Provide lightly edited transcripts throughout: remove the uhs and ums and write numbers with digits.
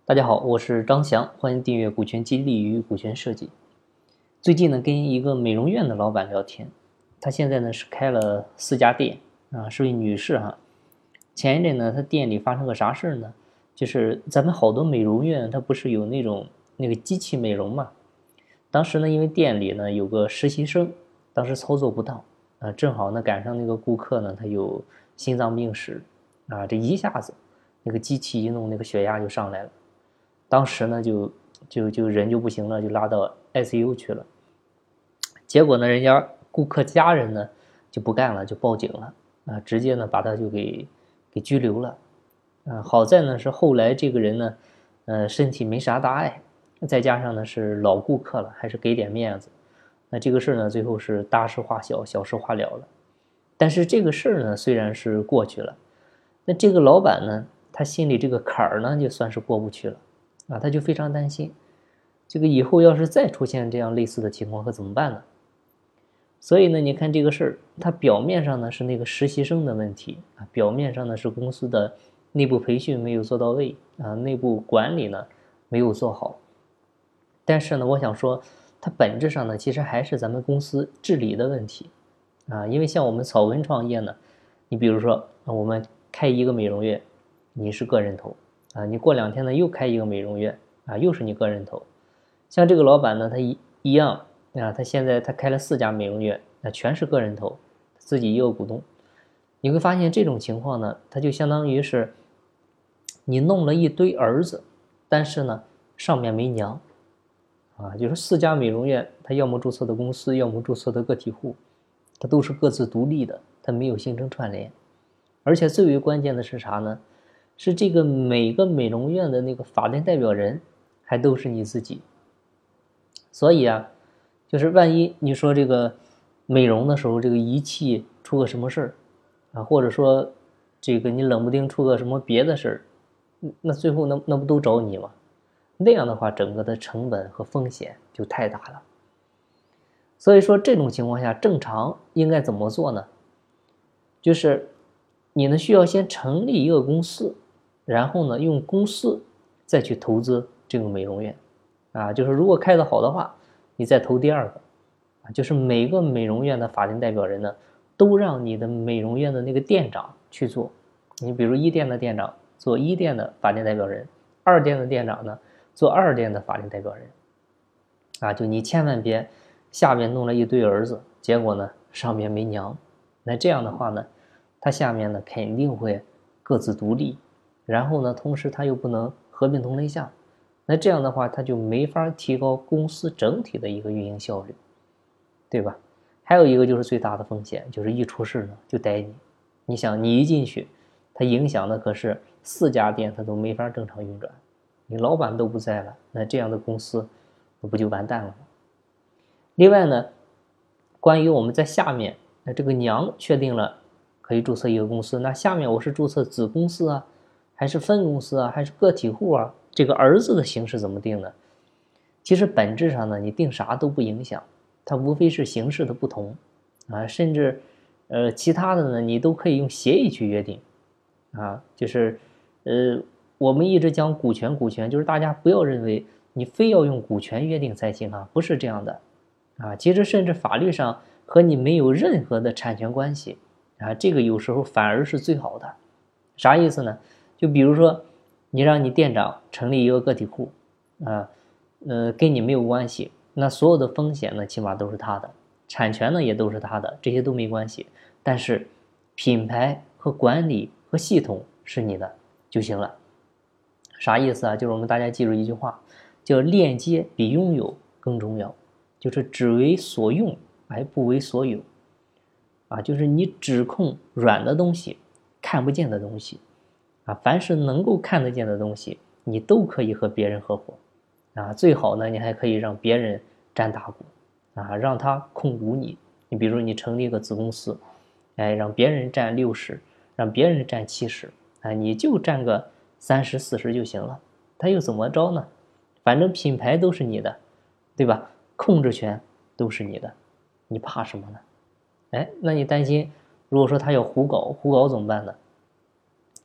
大家好，我是张翔，欢迎订阅股权激励与股权设计。最近呢，跟一个美容院的老板聊天，他现在呢是开了4家店啊，是位女士哈。前一阵呢，他店里发生个啥事呢？就是咱们好多美容院，它不是有那个机器美容嘛？当时呢，因为店里呢有个实习生，当时操作不当啊，正好呢赶上那个顾客呢他有心脏病史啊，这一下子那个机器一弄，那个血压就上来了。当时呢，就人就不行了，就拉到 ICU 去了。结果呢，人家顾客家人呢就不干了，就报警了啊，直接呢把他就给拘留了。好在呢是后来这个人呢，身体没啥大碍，再加上呢是老顾客了，还是给点面子。那这个事呢，最后是大事化小，小事化了了。但是这个事儿呢，虽然是过去了，那这个老板呢，他心里这个坎儿呢，就算是过不去了。啊，他就非常担心，这个以后要是再出现这样类似的情况可怎么办呢？所以呢，你看这个事儿，它表面上呢是那个实习生的问题啊，表面上呢是公司的内部培训没有做到位啊，内部管理呢没有做好。但是呢，我想说，它本质上呢其实还是咱们公司治理的问题啊，因为像我们草根创业呢，你比如说我们开一个美容院，你是个人投。啊，你过2天呢又开一个美容院啊，又是你个人投。像这个老板呢，他一样啊，他现在他开了4家美容院，那全是个人投，自己也有股东。你会发现这种情况呢，他就相当于是你弄了一堆儿子，但是呢上面没娘啊，就是4家美容院，他要么注册的公司，要么注册的个体户，它都是各自独立的，它没有形成串联。而且最为关键的是啥呢？是这个每个美容院的那个法定代表人还都是你自己。所以啊，就是万一你说这个美容的时候这个仪器出个什么事儿啊，或者说这个你冷不丁出个什么别的事儿，那最后那不都找你吗？那样的话整个的成本和风险就太大了。所以说这种情况下正常应该怎么做呢？就是你呢需要先成立一个公司，然后呢用公司再去投资这个美容院啊，就是如果开得好的话，你再投第2个啊，就是每个美容院的法定代表人呢都让你的美容院的那个店长去做。你比如1店的店长做1店的法定代表人，2店的店长呢做2店的法定代表人啊，就你千万别下面弄了一堆儿子，结果呢上面没娘。那这样的话呢，他下面呢肯定会各自独立，然后呢同时他又不能合并同类项，那这样的话他就没法提高公司整体的一个运营效率，对吧？还有一个就是最大的风险，就是一出事呢就逮你。你想你一进去，它影响的可是4家店，它都没法正常运转，你老板都不在了，那这样的公司那不就完蛋了吗？另外呢，关于我们在下面，那这个娘确定了可以注册一个公司，那下面我是注册子公司啊，还是分公司啊，还是个体户啊？这个儿子的形式怎么定呢？其实本质上呢，你定啥都不影响，它无非是形式的不同啊，甚至其他的呢，你都可以用协议去约定啊，就是我们一直讲股权，就是大家不要认为你非要用股权约定才行啊，不是这样的啊，其实甚至法律上和你没有任何的产权关系啊，这个有时候反而是最好的。啥意思呢？就比如说你让你店长成立一个个体户啊，跟你没有关系，那所有的风险呢起码都是他的，产权呢也都是他的，这些都没关系，但是品牌和管理和系统是你的就行了。啥意思啊？就是我们大家记住一句话，叫链接比拥有更重要，就是只为所用而不为所有啊，就是你只控软的东西，看不见的东西啊，凡是能够看得见的东西，你都可以和别人合伙啊，最好呢，你还可以让别人占大股啊，让他控股你。你比如你成立一个子公司，哎，让别人占60%，让别人占70%，啊，你就占个30、40就行了。他又怎么着呢？反正品牌都是你的，对吧？控制权都是你的，你怕什么呢？哎，那你担心，如果说他要胡搞怎么办呢？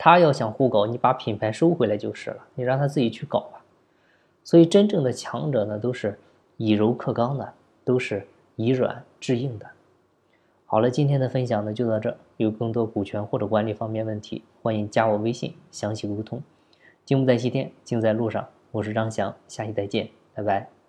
他要想互搞，你把品牌收回来就是了，你让他自己去搞吧。所以真正的强者呢，都是以柔克刚的，都是以软制硬的。好了，今天的分享呢就到这，有更多股权或者管理方面问题，欢迎加我微信详细沟通。金不在西天，金在路上，我是张翔，下期再见，拜拜。